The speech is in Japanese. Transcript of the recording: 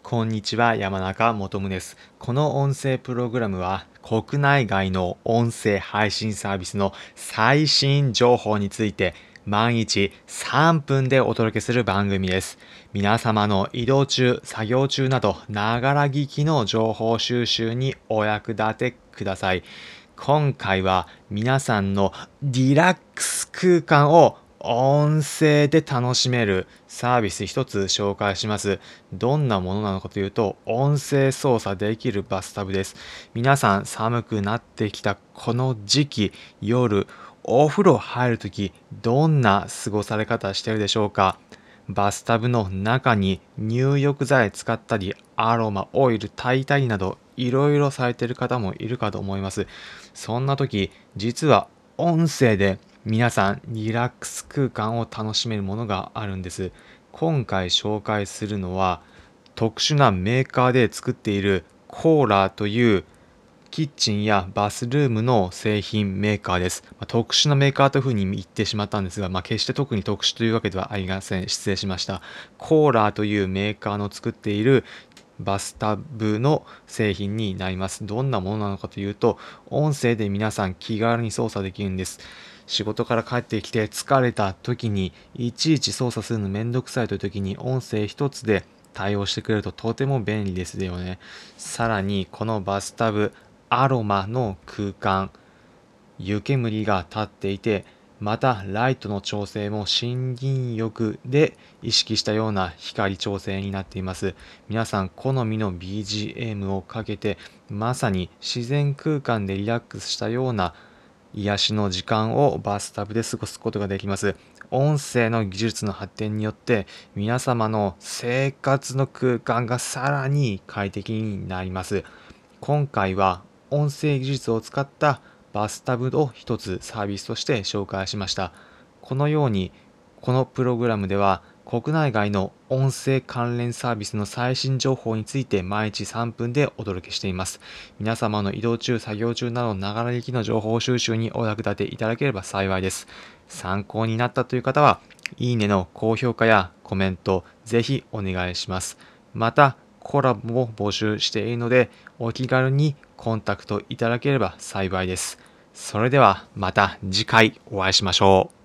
こんにちは、山中もとむです。この音声プログラムは国内外の音声配信サービスの最新情報について毎日3分でお届けする番組です。皆様の移動中、作業中など、ながら聞きの情報収集にお役立てください。今回は皆さんのリラックス空間を音声で楽しめるサービス一つ紹介します。どんなものなのかというと、音声操作できるバスタブです。皆さん寒くなってきたこの時期、夜、お風呂入るとき、どんな過ごされ方してるでしょうか？バスタブの中に入浴剤使ったり、アロマオイル炊いたりなど、いろいろされている方もいるかと思います。そんな時、実は音声で皆さんリラックス空間を楽しめるものがあるんです。今回紹介するのは特殊なメーカーで作っているコーラーというキッチンやバスルームの製品メーカーです。特殊なメーカーというふうに言ってしまったんですが、決して特に特殊というわけではありません。失礼しました。コーラーというメーカーの作っているバスタブの製品になります。どんなものなのかというと、音声で皆さん気軽に操作できるんです。仕事から帰ってきて疲れた時にいちいち操作するのめんどくさいという時に音声一つで対応してくれるととても便利ですよね。さらにこのバスタブアロマの空間、湯煙が立っていて、またライトの調整も森林浴で意識したような光調整になっています。皆さん好みの BGM をかけて、まさに自然空間でリラックスしたような癒しの時間をバスタブで過ごすことができます。音声の技術の発展によって皆様の生活の空間がさらに快適になります。今回は音声技術を使ったバスタブを一つサービスとして紹介しました。このように、このプログラムでは国内外の音声関連サービスの最新情報について毎日3分でお届けしています。皆様の移動中、作業中などながら聞きの情報収集にお役立ていただければ幸いです。参考になったという方は、いいねの高評価やコメント、ぜひお願いします。また、コラボも募集しているので、お気軽にコンタクトいただければ幸いです。それではまた次回お会いしましょう。